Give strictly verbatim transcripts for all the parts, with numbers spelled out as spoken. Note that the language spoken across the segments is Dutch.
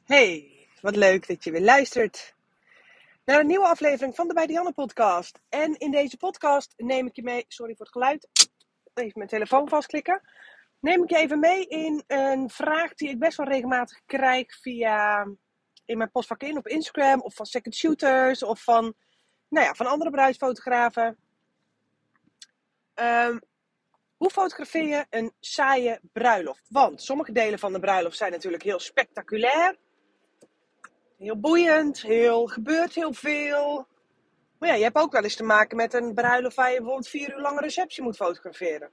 Hey, wat leuk dat je weer luistert naar een nieuwe aflevering van de Bij Dianne podcast. En in deze podcast neem ik je mee, sorry voor het geluid, even mijn telefoon vastklikken. Neem ik je even mee in een vraag die ik best wel regelmatig krijg via in mijn postvak in op Instagram of van second shooters of van, nou ja, van andere bruidsfotografen. Um, hoe fotografeer je een saaie bruiloft? Want sommige delen van de bruiloft zijn natuurlijk heel spectaculair. Heel boeiend, heel, gebeurt heel veel. Maar ja, je hebt ook wel eens te maken met een bruiloft waar je bijvoorbeeld vier uur lang een receptie moet fotograferen.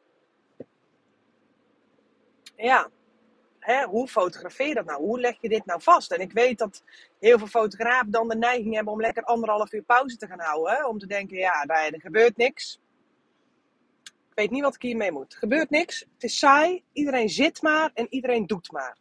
Ja, hè, hoe fotografeer je dat nou? Hoe leg je dit nou vast? En ik weet dat heel veel fotografen dan de neiging hebben om lekker anderhalf uur pauze te gaan houden. Hè? Om te denken, ja, er gebeurt niks. Ik weet niet wat ik hiermee moet. Er gebeurt niks, het is saai, iedereen zit maar en iedereen doet maar.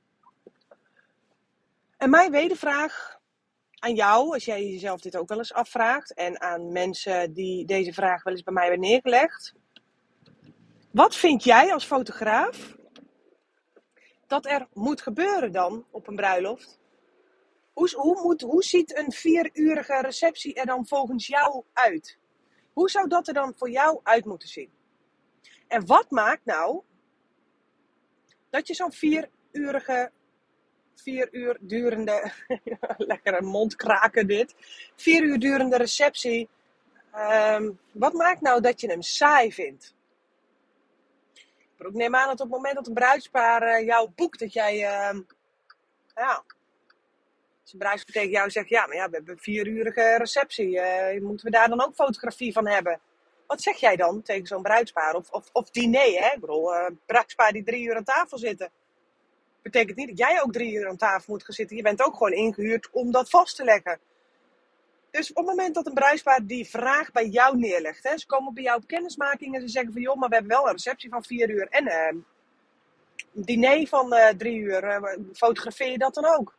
En mijn wedervraag aan jou, als jij jezelf dit ook wel eens afvraagt, en aan mensen die deze vraag wel eens bij mij hebben neergelegd. Wat vind jij als fotograaf dat er moet gebeuren dan op een bruiloft? Hoe, hoe, moet, hoe ziet een vierurige receptie er dan volgens jou uit? Hoe zou dat er dan voor jou uit moeten zien? En wat maakt nou dat je zo'n vierurige, vier uur durende, lekker een mond kraken dit, vier uur durende receptie, um, wat maakt nou dat je hem saai vindt? Maar ik neem aan dat op het moment dat een bruidspaar uh, jou boekt, dat jij, uh, ja, als een bruidspaar tegen jou zegt, ja, maar ja, we hebben een vierurige receptie, uh, moeten we daar dan ook fotografie van hebben? Wat zeg jij dan tegen zo'n bruidspaar? Of, of, of diner, hè? Ik bedoel, uh, een bruidspaar die drie uur aan tafel zitten. Betekent niet dat jij ook drie uur aan tafel moet gaan zitten. Je bent ook gewoon ingehuurd om dat vast te leggen. Dus op het moment dat een bruidspaar die vraag bij jou neerlegt, hè, ze komen bij jou op kennismaking en ze zeggen van, joh, maar we hebben wel een receptie van vier uur en uh, een diner van uh, drie uur, uh, fotografeer je dat dan ook?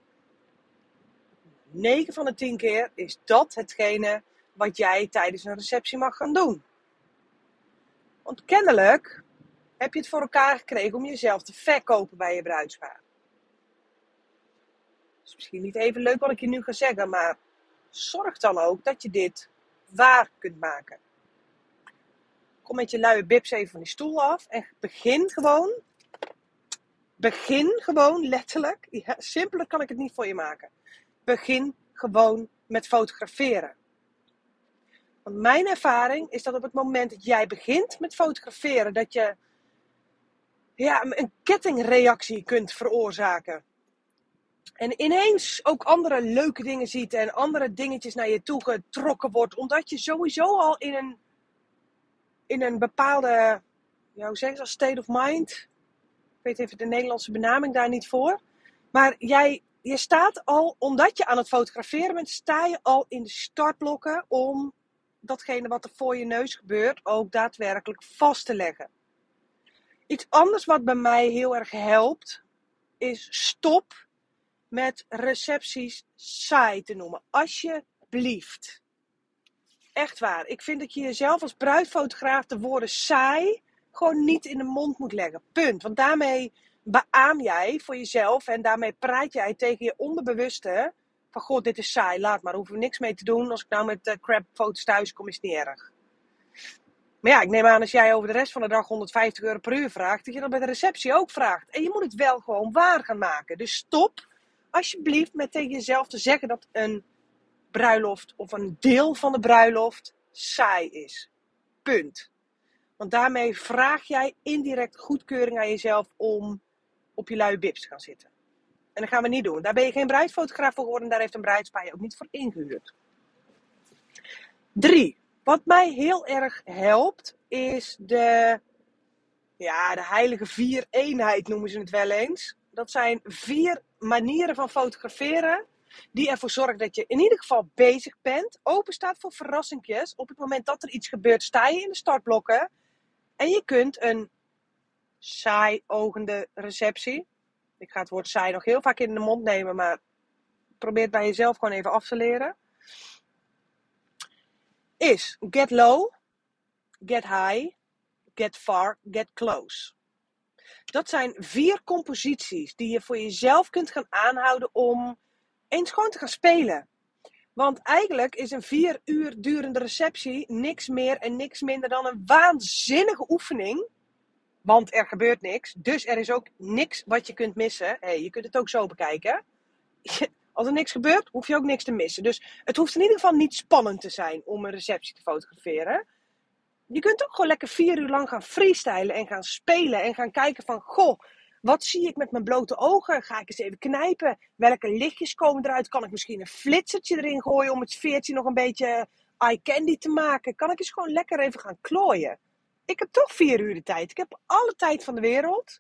negen van de tien keer is dat hetgene wat jij tijdens een receptie mag gaan doen. Want kennelijk heb je het voor elkaar gekregen om jezelf te verkopen bij je bruidspaar. Dat is misschien niet even leuk wat ik je nu ga zeggen, maar zorg dan ook dat je dit waar kunt maken. Kom met je luie bips even van die stoel af en begin gewoon. Begin gewoon letterlijk. Ja, simpeler kan ik het niet voor je maken. Begin gewoon met fotograferen. Want mijn ervaring is dat op het moment dat jij begint met fotograferen, dat je ja, een kettingreactie kunt veroorzaken. En ineens ook andere leuke dingen ziet en andere dingetjes naar je toe getrokken wordt. Omdat je sowieso al in een, in een bepaalde, ja, hoe zeg je dat, state of mind. Ik weet even de Nederlandse benaming daar niet voor. Maar jij, je staat al, omdat je aan het fotograferen bent, sta je al in de startblokken om datgene wat er voor je neus gebeurt ook daadwerkelijk vast te leggen. Iets anders wat bij mij heel erg helpt, is stop met recepties saai te noemen. Alsjeblieft. Echt waar. Ik vind dat je jezelf als bruidfotograaf de woorden saai gewoon niet in de mond moet leggen. Punt. Want daarmee beaam jij voor jezelf en daarmee praat jij tegen je onderbewuste van, god, dit is saai, laat maar, hoeven we niks mee te doen. Als ik nou met uh, crap foto's thuis kom, is het niet erg. Maar ja, ik neem aan als jij over de rest van de dag honderdvijftig euro per uur vraagt, dat je dat bij de receptie ook vraagt. En je moet het wel gewoon waar gaan maken. Dus stop alsjeblieft met tegen jezelf te zeggen dat een bruiloft of een deel van de bruiloft saai is. Punt. Want daarmee vraag jij indirect goedkeuring aan jezelf om op je luie bips te gaan zitten. En dat gaan we niet doen. Daar ben je geen bruidsfotograaf voor geworden en daar heeft een bruidspaar je ook niet voor ingehuurd. Drie. Wat mij heel erg helpt is de, ja, de heilige vier eenheid noemen ze het wel eens. Dat zijn vier manieren van fotograferen die ervoor zorgen dat je in ieder geval bezig bent, open staat voor verrassingjes. Op het moment dat er iets gebeurt, sta je in de startblokken. En je kunt een saai-ogende receptie, ik ga het woord saai nog heel vaak in de mond nemen, maar probeer het bij jezelf gewoon even af te leren, is get low, get high, get far, get close. Dat zijn vier composities die je voor jezelf kunt gaan aanhouden om eens gewoon te gaan spelen. Want eigenlijk is een vier uur durende receptie niks meer en niks minder dan een waanzinnige oefening. Want er gebeurt niks, dus er is ook niks wat je kunt missen. Hey, je kunt het ook zo bekijken. Als er niks gebeurt, hoef je ook niks te missen. Dus het hoeft in ieder geval niet spannend te zijn om een receptie te fotograferen. Je kunt ook gewoon lekker vier uur lang gaan freestylen en gaan spelen. En gaan kijken van, goh, wat zie ik met mijn blote ogen? Ga ik eens even knijpen? Welke lichtjes komen eruit? Kan ik misschien een flitsertje erin gooien om het sfeertje nog een beetje eye candy te maken? Kan ik eens gewoon lekker even gaan klooien? Ik heb toch vier uur de tijd. Ik heb alle tijd van de wereld.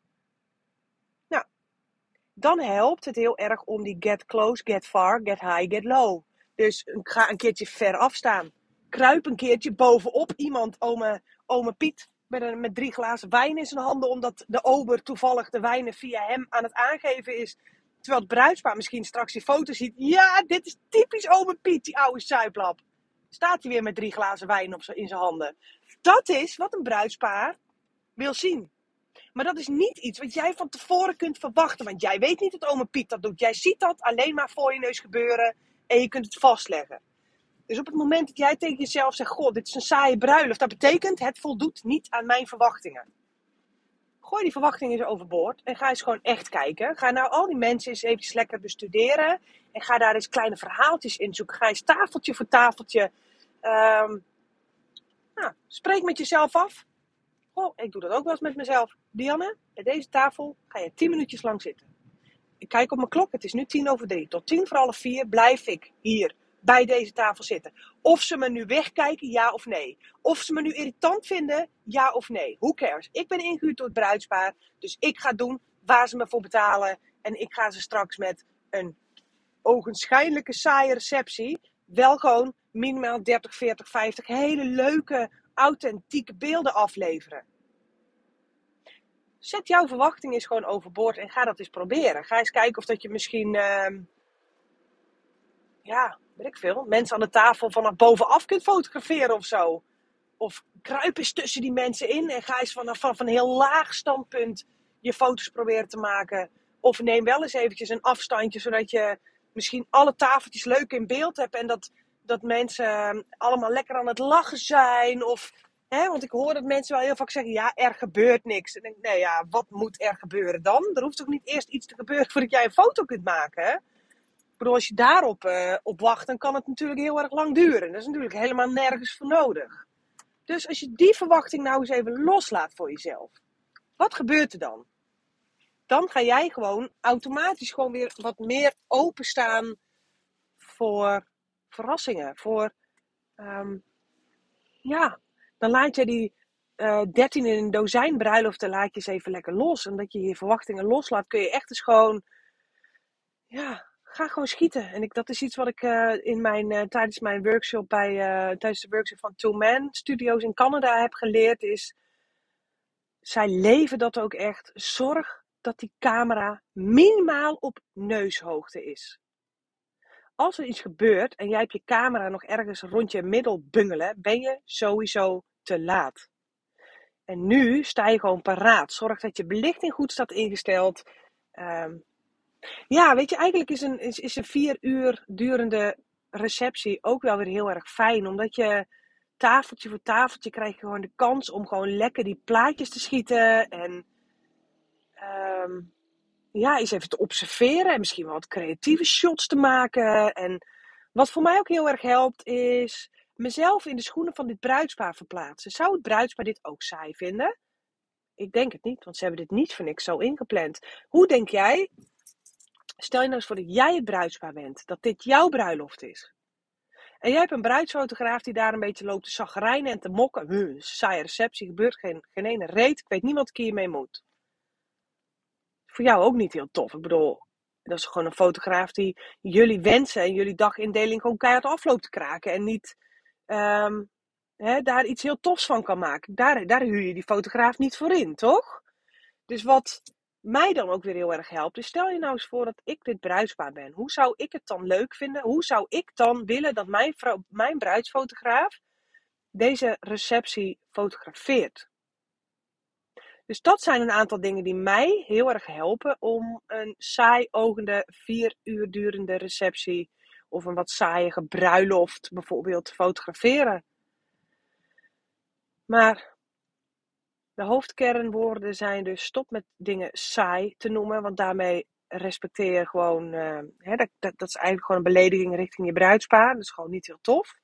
Nou, dan helpt het heel erg om die get close, get far, get high, get low. Dus ik ga een keertje ver afstaan. Kruip een keertje bovenop iemand, ome, ome Piet, met, een, met drie glazen wijn in zijn handen, omdat de ober toevallig de wijnen via hem aan het aangeven is. Terwijl het bruidspaar misschien straks die foto ziet. Ja, dit is typisch ome Piet, die oude zuiplap. Staat hij weer met drie glazen wijn op z- in zijn handen. Dat is wat een bruidspaar wil zien. Maar dat is niet iets wat jij van tevoren kunt verwachten. Want jij weet niet dat ome Piet dat doet. Jij ziet dat alleen maar voor je neus gebeuren. En je kunt het vastleggen. Dus op het moment dat jij tegen jezelf zegt, goh, dit is een saaie bruiloft. Dat betekent, het voldoet niet aan mijn verwachtingen. Gooi die verwachtingen eens overboord. En ga eens gewoon echt kijken. Ga nou al die mensen eens eventjes lekker bestuderen. En ga daar eens kleine verhaaltjes in zoeken. Ga eens tafeltje voor tafeltje. Um, nou, spreek met jezelf af. Oh, ik doe dat ook wel eens met mezelf. Dianne, bij deze tafel ga je tien minuutjes lang zitten. Ik kijk op mijn klok, het is nu tien over drie. Tot tien voor half vier blijf ik hier bij deze tafel zitten. Of ze me nu wegkijken, ja of nee. Of ze me nu irritant vinden, ja of nee. Who cares? Ik ben ingehuurd door het bruidspaar. Dus ik ga doen waar ze me voor betalen. En ik ga ze straks met een ogenschijnlijke saaie receptie wel gewoon minimaal dertig, veertig, vijftig hele leuke, authentieke beelden afleveren. Zet jouw verwachting eens gewoon overboord en ga dat eens proberen. Ga eens kijken of dat je misschien, uh, ja, weet ik veel, mensen aan de tafel vanaf bovenaf kunt fotograferen of zo. Of kruip eens tussen die mensen in en ga eens vanaf, vanaf een heel laag standpunt je foto's proberen te maken. Of neem wel eens eventjes een afstandje, zodat je misschien alle tafeltjes leuk in beeld hebt. En dat, dat mensen allemaal lekker aan het lachen zijn. Of, hè, want ik hoor dat mensen wel heel vaak zeggen, ja, er gebeurt niks. En ik denk, nee ja, wat moet er gebeuren dan? Er hoeft toch niet eerst iets te gebeuren voordat jij een foto kunt maken, hè? Ik bedoel, als je daarop uh, op wacht, dan kan het natuurlijk heel erg lang duren. Dat is natuurlijk helemaal nergens voor nodig. Dus als je die verwachting nou eens even loslaat voor jezelf. Wat gebeurt er dan? Dan ga jij gewoon automatisch gewoon weer wat meer openstaan voor verrassingen. Voor, um, ja, dan laat je die uh, dertien in een dozijn bruiloften laat je eens even lekker los. En dat je je verwachtingen loslaat, kun je echt eens gewoon, ja, ga gewoon schieten. En ik, dat is iets wat ik uh, in mijn, uh, tijdens mijn workshop bij, uh, tijdens de workshop van Two Man Studios in Canada heb geleerd is, zij leven dat ook echt. Zorg dat die camera minimaal op neushoogte is. Als er iets gebeurt en jij hebt je camera nog ergens rond je middel bungelen, ben je sowieso te laat. En nu sta je gewoon paraat. Zorg dat je belichting goed staat ingesteld. Um, ja, weet je, eigenlijk is een, is, is een vier uur durende receptie ook wel weer heel erg fijn. Omdat je tafeltje voor tafeltje krijg je gewoon de kans om gewoon lekker die plaatjes te schieten. En um, ja, eens even te observeren en misschien wel wat creatieve shots te maken. En wat voor mij ook heel erg helpt is mezelf in de schoenen van dit bruidspaar verplaatsen. Zou het bruidspaar dit ook saai vinden? Ik denk het niet, want ze hebben dit niet voor niks zo ingepland. Hoe denk jij, stel je nou eens voor dat jij het bruidspaar bent, dat dit jouw bruiloft is. En jij hebt een bruidsfotograaf die daar een beetje loopt te chagrijnen en te mokken. Huh, saaie receptie, gebeurt geen, geen ene reet, ik weet niet wat ik hiermee moet. Voor jou ook niet heel tof. Ik bedoel, dat is gewoon een fotograaf die jullie wensen en jullie dagindeling gewoon keihard afloopt te kraken. En niet um, hè, daar iets heel tofs van kan maken. Daar, daar huur je die fotograaf niet voor in, toch? Dus wat mij dan ook weer heel erg helpt, is stel je nou eens voor dat ik dit bruidspaar ben. Hoe zou ik het dan leuk vinden? Hoe zou ik dan willen dat mijn, vrouw, mijn bruidsfotograaf deze receptie fotografeert? Dus dat zijn een aantal dingen die mij heel erg helpen om een saai ogende vier uur durende receptie of een wat saaiige bruiloft bijvoorbeeld te fotograferen. Maar de hoofdkernwoorden zijn dus stop met dingen saai te noemen, want daarmee respecteer je gewoon, uh, hè, dat, dat, dat is eigenlijk gewoon een belediging richting je bruidspaar. Dat is gewoon niet heel tof.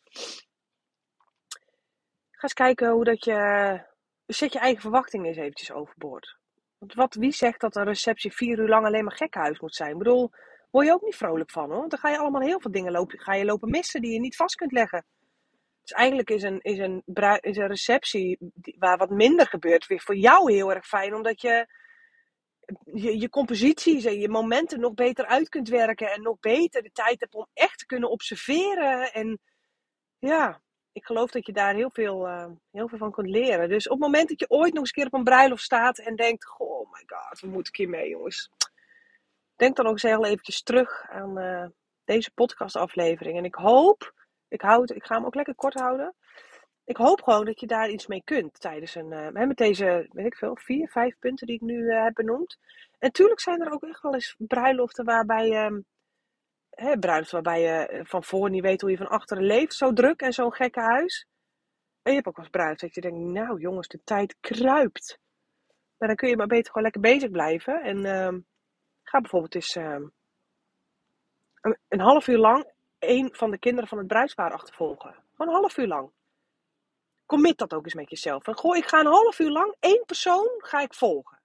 Ga eens kijken hoe dat je, zet je eigen verwachtingen eens eventjes overboord. Want wat, wie zegt dat een receptie vier uur lang alleen maar gekkenhuis moet zijn? Ik bedoel, word je ook niet vrolijk van, hoor. Want dan ga je allemaal heel veel dingen lopen, ga je lopen missen die je niet vast kunt leggen. Dus eigenlijk is een, is een, is een receptie waar wat minder gebeurt weer voor jou heel erg fijn. Omdat je je, je composities en je momenten nog beter uit kunt werken. En nog beter de tijd hebt om echt te kunnen observeren. En ja, ik geloof dat je daar heel veel, uh, heel veel van kunt leren. Dus op het moment dat je ooit nog eens een keer op een bruiloft staat en denkt, oh my god, wat moet ik hiermee, jongens? Denk dan ook eens heel eventjes terug aan uh, deze podcastaflevering. En ik hoop, ik, houd, ik ga hem ook lekker kort houden. Ik hoop gewoon dat je daar iets mee kunt tijdens een, uh, met deze, weet ik veel, vier, vijf punten die ik nu uh, heb benoemd. En natuurlijk zijn er ook echt wel eens bruiloften waarbij, um, hè, bruiloften waarbij je van voor niet weet hoe je van achteren leeft. Zo druk en zo'n gekke huis. En je hebt ook wel eens bruiloft dat je denkt, nou jongens, de tijd kruipt. Maar dan kun je maar beter gewoon lekker bezig blijven. En um, ga bijvoorbeeld eens um, een, een half uur lang een van de kinderen van het bruidspaar achtervolgen. Gewoon een half uur lang. Commit dat ook eens met jezelf. En goh, ik ga een half uur lang één persoon ga ik volgen.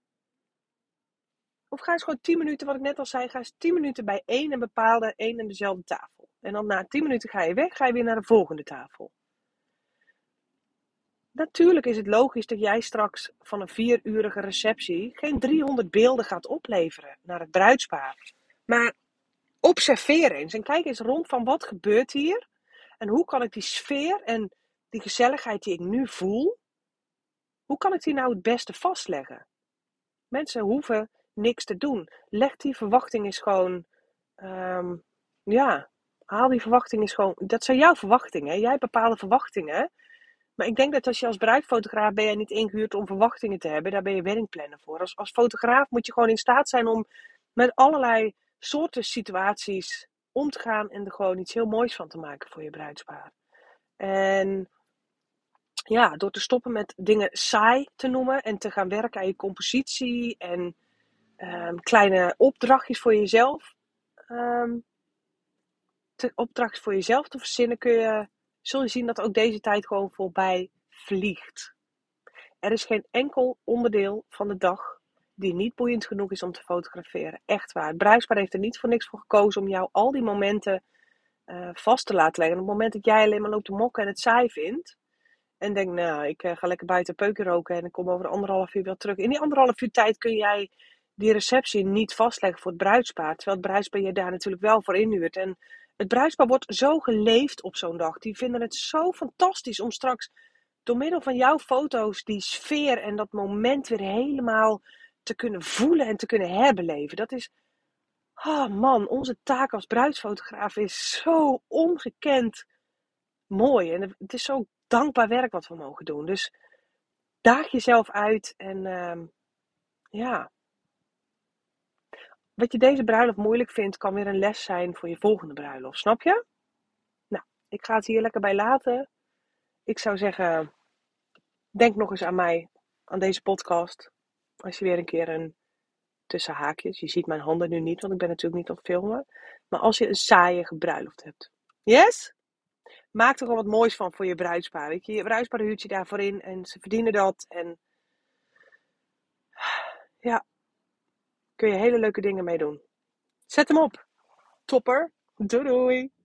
Of ga eens gewoon tien minuten, wat ik net al zei, ga eens tien minuten bij één en bepaalde één en dezelfde tafel. En dan na tien minuten ga je weg, ga je weer naar de volgende tafel. Natuurlijk is het logisch dat jij straks van een vierurige receptie geen driehonderd beelden gaat opleveren naar het bruidspaar. Maar observeer eens en kijk eens rond van wat gebeurt hier. En hoe kan ik die sfeer en die gezelligheid die ik nu voel, hoe kan ik die nou het beste vastleggen? Mensen hoeven niks te doen. Leg die verwachting eens gewoon, um, ja, haal die verwachting eens gewoon, dat zijn jouw verwachtingen. Jij hebt bepaalde verwachtingen. Maar ik denk dat als je als bruidfotograaf ben je niet ingehuurd om verwachtingen te hebben. Daar ben je weddingplanner voor. Als, als fotograaf moet je gewoon in staat zijn om met allerlei soorten situaties om te gaan en er gewoon iets heel moois van te maken voor je bruidspaar. En ja, door te stoppen met dingen saai te noemen en te gaan werken aan je compositie en um, kleine opdrachtjes voor jezelf, um, te, opdrachtjes voor jezelf te verzinnen, kun je, zul je zien dat ook deze tijd gewoon voorbij vliegt. Er is geen enkel onderdeel van de dag die niet boeiend genoeg is om te fotograferen. Echt waar. Het bruidspaar heeft er niet voor niks voor gekozen om jou al die momenten uh, vast te laten leggen. En op het moment dat jij alleen maar loopt te mokken en het saai vindt, en denkt, nou, ik uh, ga lekker buiten peuken roken en ik kom over een anderhalf uur weer terug. In die anderhalf uur tijd kun jij die receptie niet vastleggen voor het bruidspaar. Terwijl het bruidspaar je daar natuurlijk wel voor inhuurt. En het bruidspaar wordt zo geleefd op zo'n dag. Die vinden het zo fantastisch om straks door middel van jouw foto's die sfeer en dat moment weer helemaal te kunnen voelen en te kunnen herbeleven. Dat is, oh man, onze taak als bruidsfotograaf is zo ongekend mooi. En het is zo dankbaar werk wat we mogen doen. Dus daag jezelf uit en uh, ja. Wat je deze bruiloft moeilijk vindt, kan weer een les zijn voor je volgende bruiloft. Snap je? Nou, ik ga het hier lekker bij laten. Ik zou zeggen, denk nog eens aan mij, aan deze podcast. Als je weer een keer een, tussen haakjes, je ziet mijn handen nu niet, want ik ben natuurlijk niet op filmen. Maar als je een saaie bruiloft hebt. Yes? Maak er gewoon wat moois van voor je bruidspaar. Weet je, je bruidspaar huurt je daarvoor in en ze verdienen dat. En ja, kun je hele leuke dingen mee doen. Zet hem op. Topper. Doei doei.